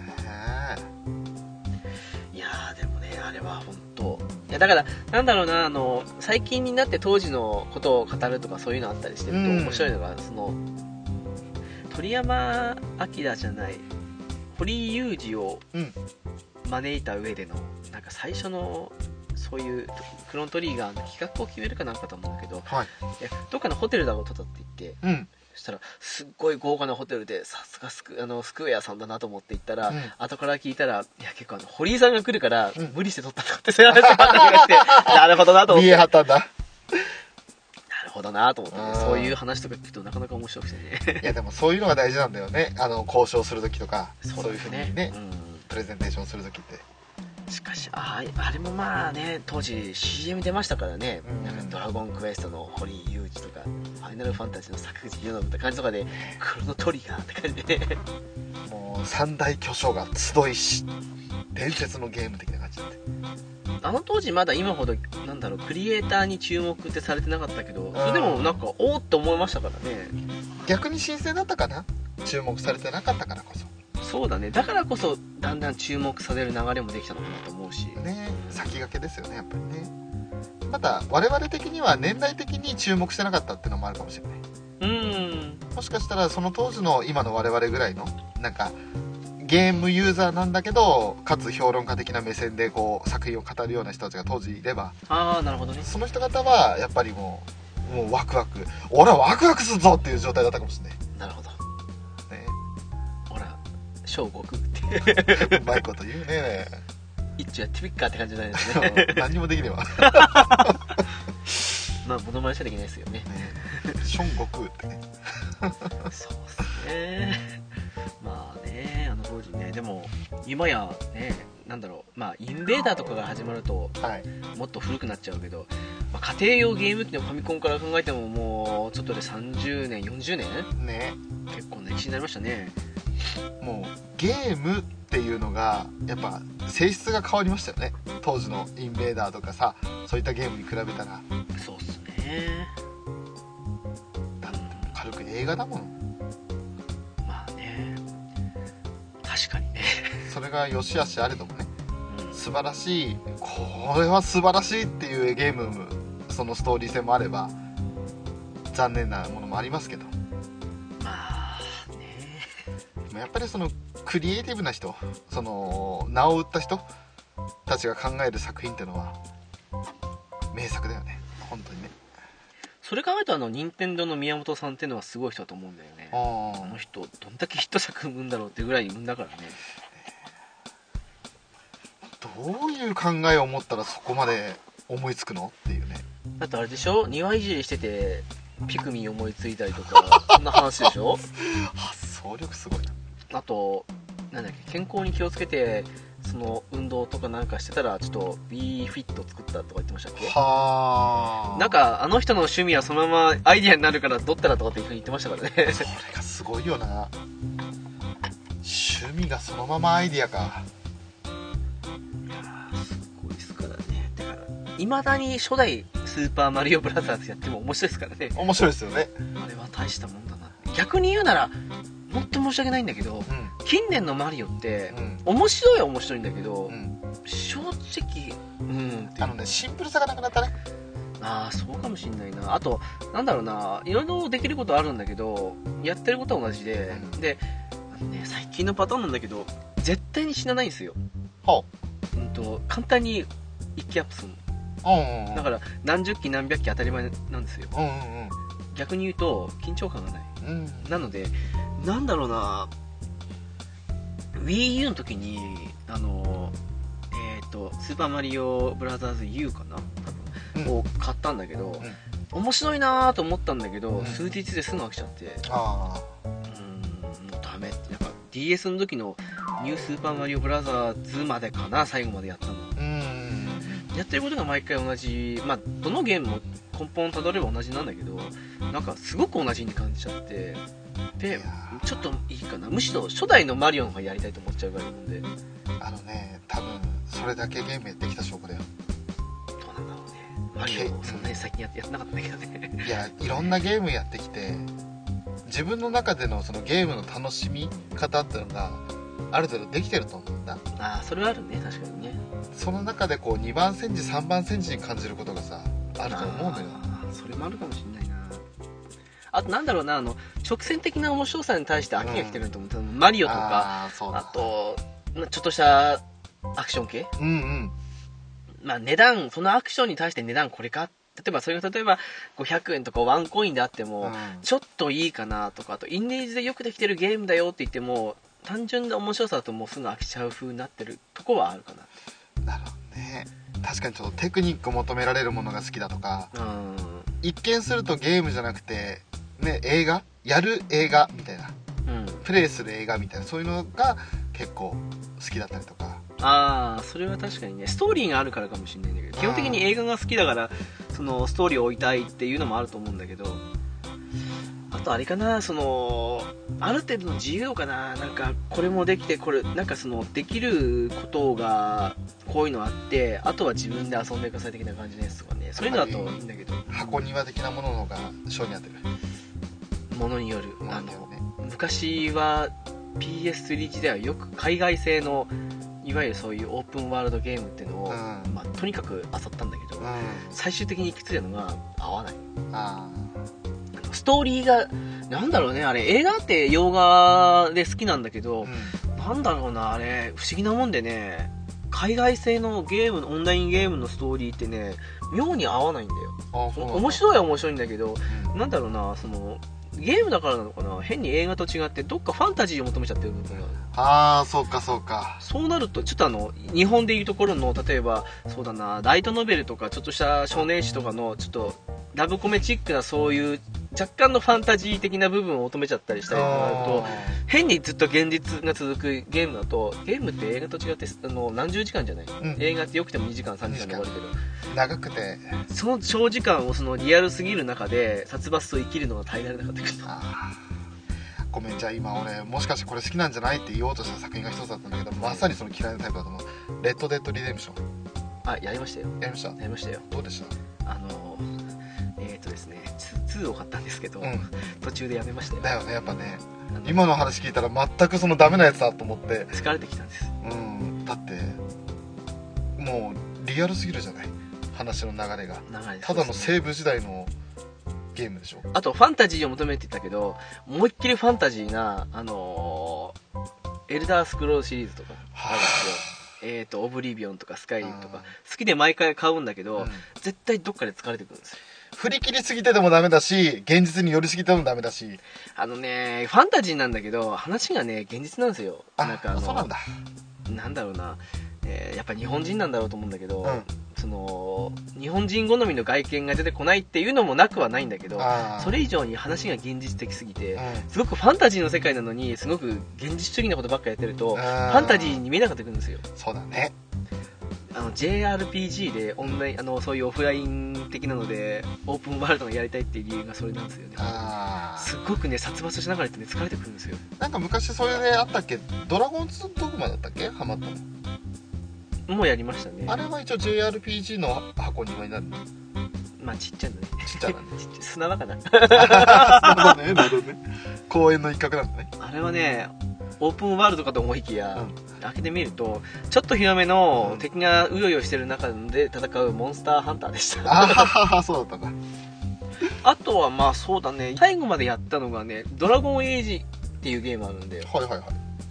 はいいやーでもね、あれは本当、いやだからなんだろうな、あの最近になって当時のことを語るとかそういうのあったりしてると面白いのが、うん、その鳥山明じゃない堀井雄二を招いた上での、なんか最初のそういうクロノトリガーの企画を決めるかなんかと思うんだけど、 はい、 どっかのホテルだろうとって言って、うん、そしたらすっごい豪華なホテルで、さすがスクあのスクエアさんだなと思って行ったら、うん、後から聞いたら、いや結構あの堀井さんが来るから、うん、無理して撮ったとかってそういう話があってなるほどなと思って、 見えはったんだ。 なるほどなと思って、ね、そういう話とか聞くとなかなか面白くてね。 いやでもそういうのが大事なんだよね。あの交渉するときとか、 そうですね、 そういうふうにね、うん、プレゼンテーションするときって。 しかし あ, あれもまあね、当時 シーエム 出ましたからね、うん、なんかドラゴンクエストの堀井雄二とか、ファイナルファンタジーの坂口裕信って感じとかで、クロノトリガーって感じでね、 もう三大巨匠が集いし、伝説のゲーム的な感じだって。 あの当時まだ今ほどなんだろう、クリエイターに注目ってされてなかったけど、それでもなんかおーって思いましたからね。 逆に新鮮だったかな、注目されてなかったからこそ。 そうだね、だからこそだんだん注目される流れもできたのかなと思うしね。先駆けですよね、やっぱりね。また我々的には年代的に注目してなかったっていうのもあるかもしれない。うん、もしかしたらその当時の今の我々ぐらいのなんかゲームユーザーなんだけどかつ評論家的な目線でこう作品を語るような人たちが当時いれば、 ああなるほどね、 その人方はやっぱりもうもうワクワク、俺はワクワクするぞっていう状態だったかもしれない。 なるほどね、 ほら小悟空ってうまいこと言うね。 一応やってみっかって感じじゃないですね。 何にもできねえわ。 まあモノマネしかできないですよね。 ション悟空ってね。 そうっすね。まあね、あの当時ね、でも今やね、なんだろう、まあインベーダーとかが始まるとはいもっと古くなっちゃうけど、まあ、家庭用ゲーム機のファミコンから考えてももうちょっとでさんじゅうねんよんじゅうねんね、 結構な歴史になりましたね。 もうゲームっていうのがやっぱ性質が変わりましたよね。当時のインベーダーとかさ、そういったゲームに比べたら。 そうっすね。 だって軽く映画だもん。 まあね、確かにね。 それが良し悪しあれどもね、 うん、 素晴らしい、これは素晴らしいっていうゲーム、そのストーリー性もあれば残念なものもありますけど、 まあね、 やっぱりそのクリエイティブな人、その名を売った人たちが考える作品っていうのは名作だよね、本当にね。 それ考えるとあの任天堂の宮本さんっていうのはすごい人だと思うんだよね。あの人どんだけヒット作生むんだろうってぐらい生んだからね。 どういう考えを持ったらそこまで思いつくのっていうね。 だってあれでしょ、庭いじりしててピクミン思いついたりとかそんな話でしょ。 発想力すごいな。 あとなんだっけ、健康に気をつけてその運動とかなんかしてたらちょっと B フィット作ったとか言ってましたっけ。 はあ。 なんかあの人の趣味はそのままアイディアになるからどったらとかっていう風に言ってましたからね。 それがすごいよな。趣味がそのままアイディアか。 ですからね。だから未だに初代スーパーマリオブラザーズやっても面白いですからね。 面白いですよね。 あれは大したもんだな。逆に言うなら本当申し訳ないんだけど、 うん、 近年のマリオって、 うん、 面白いは面白いんだけど、 うん、 正直うんってあのね、シンプルさがなくなったね。 ああそうかもしんないな。あとなんだろうな、いろいろできることあるんだけどやってることは同じで、うん、であの、ね、最近のパターンなんだけど絶対に死なないんですよ。 はあ、うんと簡単に一気アップするの。 うんうんうん、 だから何十機何百機当たり前なんですよ、 うんうんうん、 逆に言うと緊張感がない、 うん、 なのでなんだろうな WiiU の時にあのえっ、ー、とスーパーマリオブラザーズ U かな多分、うん、を買ったんだけど、うん、面白いなと思ったんだけど、うん、数日ですぐ飽きちゃって、あうーんもうダメって。なんか ディーエス の時のニュースーパーマリオブラザーズまでかな、最後までやったの。うんやってることが毎回同じ、まあどのゲームも根本たどれば同じなんだけど、なんかすごく同じに感じちゃって、でちょっといいかな、むしろ初代のマリオの方がやりたいと思っちゃうぐらいなので。 あのね、多分それだけゲームやってきた証拠だよ。 どうなんだろうね、マリオそんなに最近やってやってなかったんだけどね。 いや、いろんなゲームやってきて自分の中でのそのゲームの楽しみ方っていうのがある程度できてると思うんだ。 ああそれはあるね、確かにね。 その中でこうにばん煎じさんばん煎じに感じることがさあると思うのよ。 それもあるかもしれないな。あとなんだろうな、あの直線的な面白さに対して飽きが来てると思う、うん、マリオとか あ, あとちょっとしたアクション系、うんうん、まあ値段、そのアクションに対して値段これか、例えばそれが例えばごひゃくえんとかワンコインであっても、うん、ちょっといいかなとか、あとインディーズでよくできてるゲームだよって言っても単純な面白さだともうすぐ飽きちゃう風になってるとこはあるかな。 なるほどね。確かにちょっとテクニック求められるものが好きだとか、うん、一見するとゲームじゃなくて、ね、映画やる映画みたいな、うん、プレイする映画みたいな、そういうのが結構好きだったりとか。 ああそれは確かにね、ストーリーがあるからかもしれないんだけど、基本的に映画が好きだからそのストーリーを追いたいっていうのもあると思うんだけど、あとあれかな、そのある程度の自由度かな、なんかこれもできて、これなんかそのできることがこういうのあって、あとは自分で遊んでください的な感じのやつとかね、そういうのだといいんだけど、 箱庭的なもののが性に合ってるものによる。あの昔は ピーエススリー 時代はよく海外製のいわゆるそういうオープンワールドゲームっていうのを、うんまあ、とにかく漁ったんだけど、うん、最終的に行き着いたのが合わない。あストーリーがなんだろうね、あれ映画って洋画で好きなんだけど、うん、なんだろうな、あれ不思議なもんでね、海外製のゲームのオンラインゲームのストーリーってね妙に合わないんだよ。面白いは面白いんだけど、うん、なんだろうな、そのゲームだからなのかな、変に映画と違ってどっかファンタジーを求めちゃってる部分がああそうかそうか。 そうなるとちょっとあの日本でいうところの例えばそうだなライトノベルとかちょっとした少年誌とかのちょっとラブコメチックなそういう若干のファンタジー的な部分を求めちゃったりしたりとかあると変にずっと現実が続くゲームだと、ゲームって映画と違ってあの何十時間じゃない、うん、映画ってよくてもにじかんさんじかんで終わるけど長くてその長時間をそのリアルすぎる中で殺伐と生きるのが耐えられなかったけど、あごめん、じゃあ今俺もしかしてこれ好きなんじゃないって言おうとした作品が一つだったんだけど、まさにその嫌いなタイプだと思う。レッドデッドリデンプション。 あ、やりましたよ。 やりましたやりましたよ。 どうでした？ あのえー、っとですねツーを買ったんですけど、うん、途中でやめましたよ。 だよね、やっぱね、今の話聞いたら全くそのダメなやつだと思って疲れてきたんです。 うん、だってもうリアルすぎるじゃない、話の流れが。流れただの西部時代のゲームでしょ。 あとファンタジーを求めてたけど、思いっきりファンタジーなあのー、エルダースクロールシリーズとかあるんですよ。えーとオブリビオンとかスカイリムとか好きで毎回買うんだけど、うん、絶対どっかで疲れてくるんですよ。 振り切りすぎてでもダメだし、現実に寄りすぎてもダメだし、 あのねファンタジーなんだけど話がね現実なんですよ。 あ、 なんかあのそうなんだ。 なんだろうな、えー、やっぱ日本人なんだろうと思うんだけど、うん、その日本人好みの外見が出てこないっていうのもなくはないんだけど、それ以上に話が現実的すぎて、うん、すごくファンタジーの世界なのにすごく現実主義なことばっかやってるとファンタジーに見えなかったくるんですよ。 そうだね。 あの ジェイアールピージー でオンライン、あのそういうオフライン的なのでオープンワールドがやりたいっていう理由がそれなんですよね。 あすっごくね殺伐しながらやってね疲れてくるんですよ。 なんか昔それであったっけ、ドラゴンズドグマだったっけ、ハマったの。 もうやりましたね。 あれは一応 ジェイアールピージー の箱にはなるの。 まあちっちゃいのね。 ちっちゃいなんで砂場かな。 なるほどね、なるほどね。公園の一角なんだね。 あれはねオープンワールドかと思いきや、うん、開けてみるとちょっと広めの敵がうようよしてる中で戦うモンスターハンターでした。 ああ、そうだったんだ。 あとはまあそうだね、最後までやったのがねドラゴンエイジっていうゲームあるんで、 はいはいはい、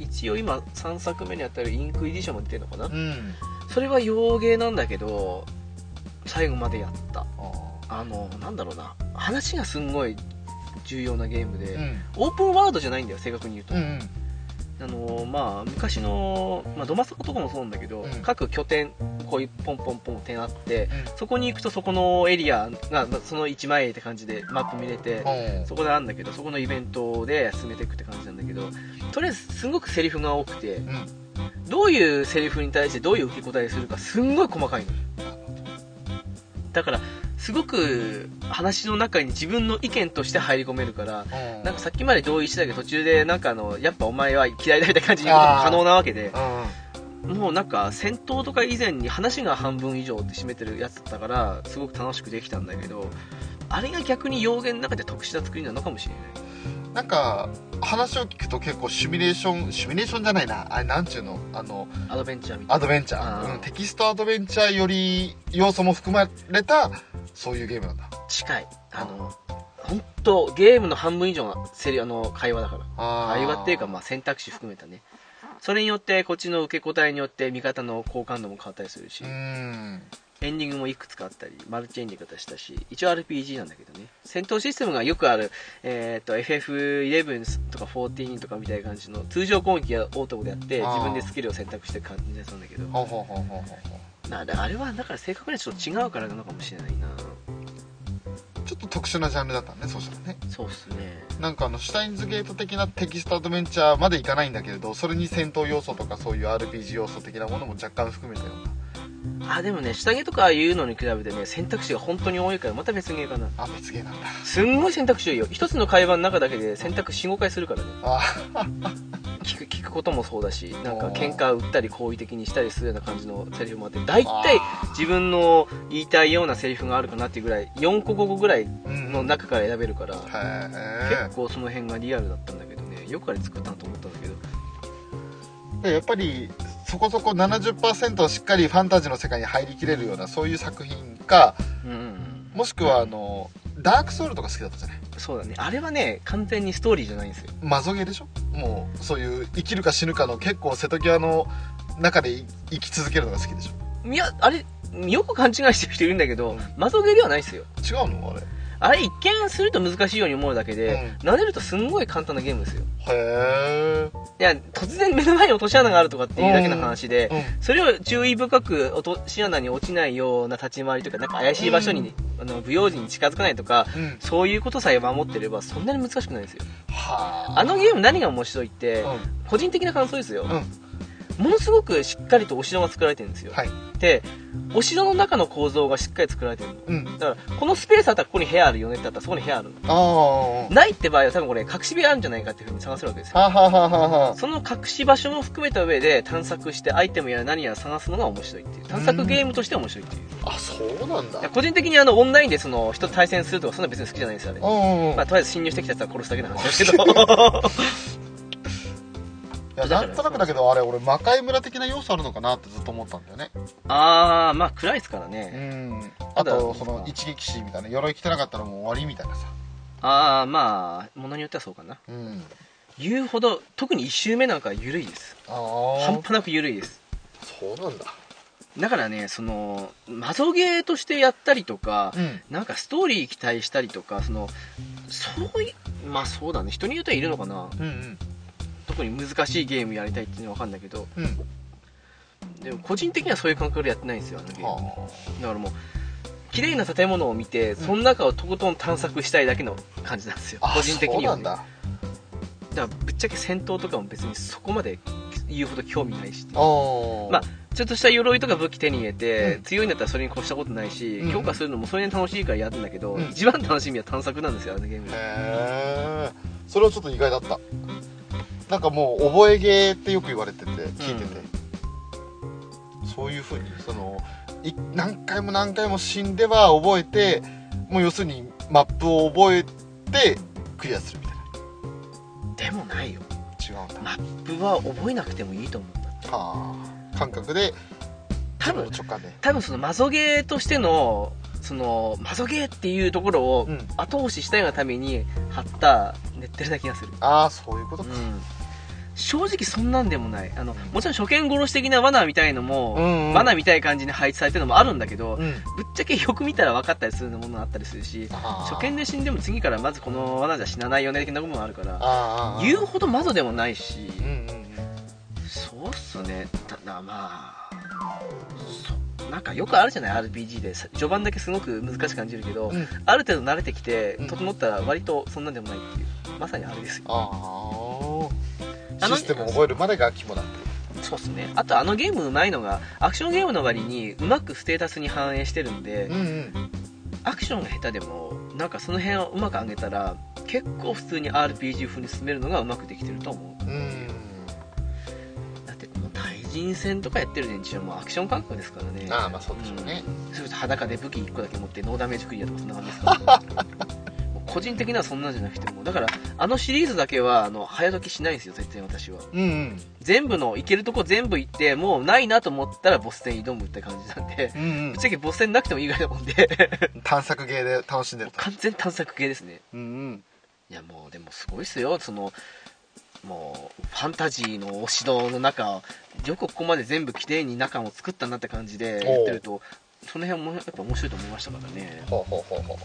一応今さんさくめにあたるインクエディションも出てるのかな、 うん、 それは洋ゲーなんだけど最後までやった。あのなんだろうな、話がすんごい重要なゲームで、うん、オープンワールドじゃないんだよ正確に言うと、うんうん、あのまあ昔の、まあ、ドマスコとかもそうなんだけど、うん、各拠点こういうポンポンポン点あって、うん、そこに行くとそこのエリアがそのいちまいって感じでマップ見れて、うん、そこであるんだけどそこのイベントで進めていくって感じなんだけど、とりあえずすごくセリフが多くて、うん、どういうセリフに対してどういう受け答えするかすんごい細かいのだからすごく話の中に自分の意見として入り込めるから、うん、なんかさっきまで同意してたけど途中でなんかあのやっぱお前は嫌いだみたいな感じに言うことも可能なわけで、うん、もうなんか戦闘とか以前に話が半分以上って占めてるやつだったからすごく楽しくできたんだけど、あれが逆に洋芸の中で特殊な作りなのかもしれない。 なんか話を聞くと結構シミュレーションシミュレーションじゃないな、あれなんちゅうの、あのアドベンチャーみたいな、 アドベンチャー、うん、テキストアドベンチャーより要素も含まれたそういうゲームなんだ。 近い、あの本当ゲームの半分以上がセリあの会話だから、会話っていうかまあ選択肢含めたね。それによってこっちの受け答えによって味方の好感度も変わったりするし、うーん、エンディングもいくつかあったりマルチエンディングだしたし、一応 アールピージー なんだけどね、戦闘システムがよくある、えー、と エフエフイレブン とかじゅうよんとかみたいな感じの通常攻撃はオートでやって自分でスキルを選択して感じなんだけど、あれ、あれはだから正確にはちょっと違うからなのかもしれないな。 ちょっと特殊なジャンルだったね、そうしたらね。 そうっすね。 なんかあのシュタインズゲート的なテキストアドベンチャーまでいかないんだけれど、それに戦闘要素とかそういう アールピージー 要素的なものも若干含めたような。あ、でもね、下着とかいうのに比べてね、選択肢が本当に多いからまた別ゲーかな。 あ、別ゲーなんだ。 すんごい選択肢多いよ。一つの会話の中だけで選択肢よん、ごかいするからね。あ聞く、聞くこともそうだし、なんか喧嘩売ったり好意的にしたりするような感じのセリフもあって、大体自分の言いたいようなセリフがあるかなっていうぐらい、よんこごぐらいの中から選べるから、うん、結構その辺がリアルだったんだけどね、よくあれ作ったなと思ったんだけど。 でやっぱりそこそこ ななじゅっパーセント しっかりファンタジーの世界に入りきれるようなそういう作品か、うんうん、もしくはあのダークソウルとか好きだったじゃない。 そうだね、あれはね完全にストーリーじゃないんですよ。 マゾゲーでしょ。もうそういう生きるか死ぬかの結構瀬戸際の中で生き続けるのが好きでしょ。 いや、あれよく勘違いしてる人いるんだけど、うん、マゾゲーではないですよ。 違うのあれ。 あれ一見すると難しいように思うだけで、うん、撫でるとすんごい簡単なゲームですよ。 へー。いや、突然目の前に落とし穴があるとかっていうだけの話で、うんうん、それを注意深く落とし穴に落ちないような立ち回りとか、なんか怪しい場所に、うん、あの不用心に近づかないとか、うん、そういうことさえ守ってればそんなに難しくないですよ。はあのゲーム何が面白いって、うん、個人的な感想ですよ。うんものすごくしっかりとお城が作られてるんですよ、はい、でお城の中の構造がしっかり作られてるの、うん、だからこのスペースあったらここに部屋あるよねってあったらそこに部屋あるのあないって場合は多分これ隠し部屋あるんじゃないかっていう風に探せるわけですよ。ははははその隠し場所も含めた上で探索してアイテムや何や探すのが面白いっていう探索ゲームとして面白いっていう。 あ、そうなんだ。 個人的にあのオンラインでその人と対戦するとかそんな別に好きじゃないんですよあれ、まあ、とりあえず侵入してきたやつは殺すだけの話ですけどいやなんとなくだけどあれ俺魔界村的な要素あるのかなってずっと思ったんだよね。 ああまあ暗いですからね。 うんあとその一撃死みたいな鎧着てなかったらもう終わりみたいなさ。 ああまあものによってはそうかな、うん、言うほど特にいち周目なんか緩いです。あ半端なく緩いです。 そうなんだ。 だからねそのマゾゲーとしてやったりとか、うん、なんかストーリー期待したりとかそのそういうまあそうだね人によってはいるのかな、うんうん特に難しいゲームやりたいっていうのは分かるんだけど、うん、でも個人的にはそういう感覚でやってないんですよあのゲーム。だからもう綺麗な建物を見て、うん、その中をとことん探索したいだけの感じなんですよ個人的には、ね、そうなんだ。だからぶっちゃけ戦闘とかも別にそこまで言うほど興味ないし、まあちょっとした鎧とか武器手に入れて、うん、強いんだったらそれに越したことないし、うん、強化するのもそれに楽しいからやるんだけど、うん、一番楽しみは探索なんですよあのゲーム。へえそれはちょっと意外だった。なんかもう覚えゲーってよく言われてて聞いてて、うん、そういう風にそのい何回も何回も死んでは覚えてもう要するにマップを覚えてクリアするみたいな。でもないよ。 違うんだ。 マップは覚えなくてもいいと思うんだ。 はあ感覚で多分多分そのマゾゲーとしてのそのマゾゲーっていうところを後押ししたいがために貼ったレッテルな気がする。 ああそういうことか、 うん正直そんなんでもない。あのもちろん初見殺し的な罠みたいのも、うんうん、罠みたい感じに配置されてるのもあるんだけど、うん、ぶっちゃけよく見たら分かったりするものがあったりするし初見で死んでも次からまずこの罠じゃ死なないよね的な部分もあるから言うほどマゾでもないし、うんうんうん、そうっすね。ただまあなんかよくあるじゃない アールピージー で序盤だけすごく難しく感じるけど、うん、ある程度慣れてきて整ったら割とそんなんでもないっていうまさにあれですよ。 あシステムを覚えるまでが肝だって。 そうっすね。あとあのゲームうまいのがアクションゲームの割にうまくステータスに反映してるんで、うんうん、アクションが下手でもなんかその辺をうまく上げたら結構普通に アールピージー 風に進めるのがうまくできてると思う。うんだってもう対人戦とかやってる連中はもうアクション感覚ですからね。 ああまあそうでしょうね、 うん、それと裸で武器いっこだけ持ってノーダメージクリアとかそんな感じですから個人的にはそんなんじゃなくてもだからあのシリーズだけはあの早解きしないんですよ絶対私は、うんうん、全部のいけるとこ全部行ってもうないなと思ったらボス戦挑むって感じなんで、うんうん、ぶっちゃけボス戦なくてもいいぐらいなもんで探索ゲーで楽しんでると完全探索ゲーですね、うんうん、いやもうでもすごいっすよそのもうファンタジーのお城の中よくここまで全部きれいに中を作ったなって感じでやってるとその辺もやっぱ面白いと思いましたからね。ほうほうほうほう。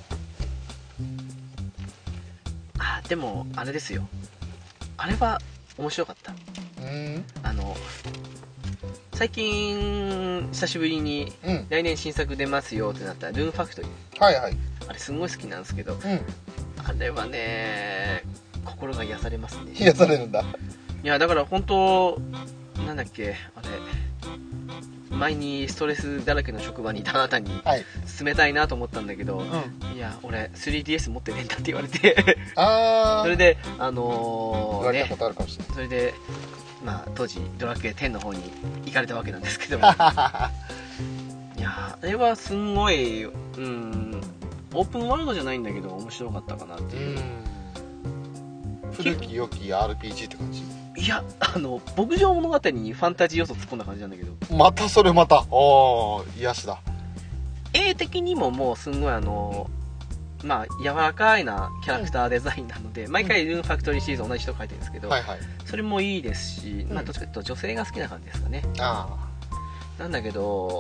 あでもあれですよあれは面白かった。うんあの最近久しぶりに来年新作出ますよってなったルーンファクトリー、はいはい、あれすごい好きなんですけど、うん、あれはね心が癒されますね。 癒されるんだ。 いやだから本当なんだっけあれ前にストレスだらけの職場にいたあなたに進めたいなと思ったんだけど、はい、いや俺 スリーディーエス 持ってねえんだって言われてあそれであのー、 言われたことあるかもしれない。 それでまあ当時ドラクエテンの方に行かれたわけなんですけどいやあれはすんごいうんオープンワールドじゃないんだけど面白かったかなっていう。 古き良き アールピージー って感じ。 いやあの牧場物語にファンタジー要素突っ込んだ感じなんだけどまたそれまたおー癒しだ。 絵的にももうすんごいあのまあ柔らかいなキャラクターデザインなので、うん、毎回ルーンファクトリーシリーズ同じ人描いてるんですけど、はいはい、それもいいですし、まあ、どっちかというと女性が好きな感じですかね、うん、あなんだけど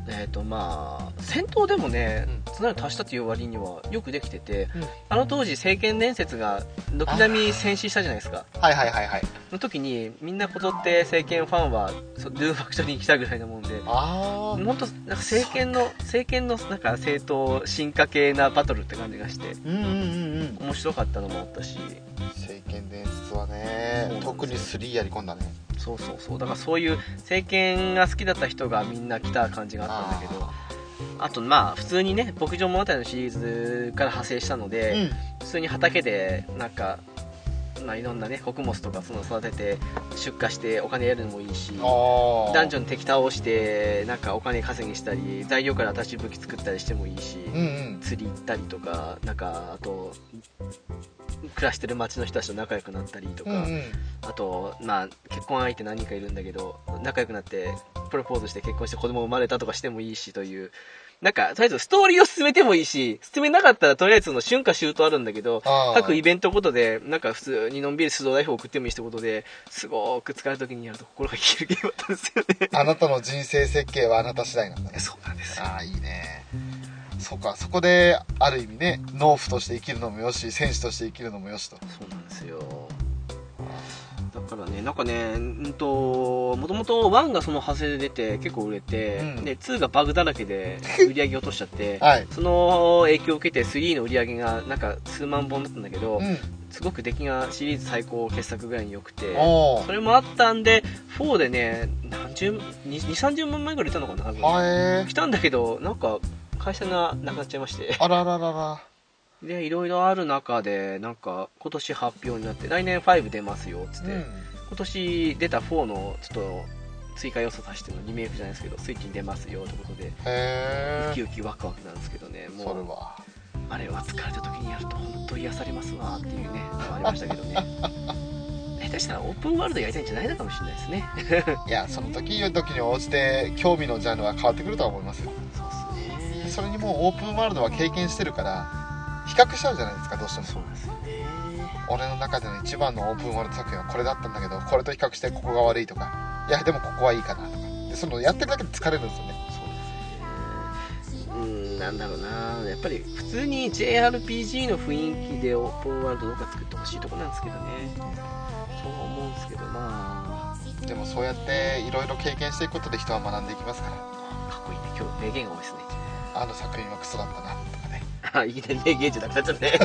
えっとまあ戦闘でもね、 うん綱を足したという割にはよくできてて、 うんあの当時聖剣伝説が軒並み戦死したじゃないですか。 はいはいはいはい。 の時にみんなこぞって聖剣ファンはそうドゥーファクトリーに来たぐらいなもんで、 ああ。 本当なんか聖剣の聖剣のなんか正統進化系なバトルって感じがしてうんうんうんうん。 面白かったのもあったし、 聖剣伝説はね、 そう特にスリーやり込んだね。 そうそうそう、だからそういう聖剣が好きだった人がみんな来た感じがあったんだけど、あとまあ普通にね牧場物語のシリーズから派生したので、 うん普通に畑でなんか、まあ、いろんなね穀物とかその育てて出荷してお金得るのもいいし、 ああ。 ダンジョン敵倒してなんかお金稼ぎしたり材料から新しい武器作ったりしてもいいし、 うんうん。 釣り行ったりとか、なんかあと暮らしてる町の人たちと仲良くなったりとか、 うんうん。 あと、まあ、結婚相手何人かいるんだけど仲良くなってプロポーズして結婚して子供生まれたとかしてもいいしという、なんかとりあえずストーリーを進めてもいいし、進めなかったらとりあえずの春夏秋冬あるんだけど、 あー各イベントごとでなんか普通にのんびり素動ライフを送ってもいいってことで、すごく疲れる時にやると心が消えるゲームだったんですよね。 あなたの人生設計はあなた次第なんだね。 そうなんですよ。 ああ、いいね。そうか、そこである意味ね、農夫として生きるのもよし、戦士として生きるのもよしと。 そうなんですよ。だからね、なんかね、うんと、もともとワンがその派生で出て結構売れて、 うんで、ツーがバグだらけで売り上げ落としちゃって、 はい。 その影響を受けてスリーの売り上げがなんか数万本だったんだけど、 うん。 すごく出来がシリーズ最高傑作ぐらいに良くて、 おー。 それもあったんで、フォーでね、何十、に、さんじゅうまんまいぐらい売ったのかな、多分。 はえー。 来たんだけど、なんか、会社がなくなっちゃいまして。 あらららら。 で、いろいろある中で、なんか、今年発表になって、来年ファイブ出ますよ、つって。 うん。 今年出たフォーの、ちょっと、追加要素足してのリメイクじゃないですけど、スイッチに出ますよ、ということで、 へー。 ウキウキワクワクなんですけどね、もう、 それは。 あれは疲れた時にやると本当癒されますわっていうね、のがありましたけどね。下手したらオープンワールドやりたいんじゃないのかもしれないですね。 いや、その時々に応じて興味のジャンルは変わってくるとは思いますよ。 そうですね。 それにもうオープンワールドは経験してるから比較しちゃうじゃないですか、どうしても。 そうですよね。 俺の中での一番のオープンワールド作品はこれだったんだけど、これと比較してここが悪いとか、いやでもここはいいかなとかで、そのやってるだけで疲れるんですよね。 そうですよね。うーん、なんだろうな、やっぱり普通に ジェイアールピージー の雰囲気でオープンワールドとか作ってほしいとこなんですけどね。そうは思うんですけど、まあでもそうやっていろいろ経験していくことで人は学んでいきますから、 かっこいいね。今日名言が多いですね。 あの作品はクソだったなとかね。 あ、いきなり名言じゃなくなっちゃったね。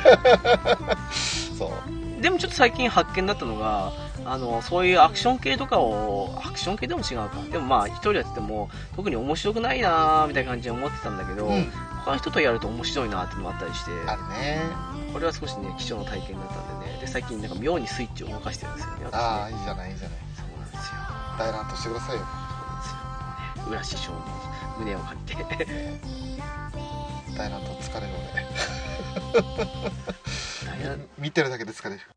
そうでもちょっと最近発見だったのが、あのそういうアクション系とかを、アクション系でも違うか、でもまあ一人やってても特に面白くないなーみたいな感じで思ってたんだけど、 うん他の人とやると面白いなーっていうのもあったりして、 あるね。 これは少しね貴重な体験だったんでね。で最近なんか妙にスイッチを動かしてるんですよね、私ね。 ああ、いいじゃないいいじゃない。 そうなんですよ。 大乱闘してくださいよ。 そうなんですよ。浦師匠の胸を借りて大乱闘疲れる大乱俺。見てるだけで疲れる。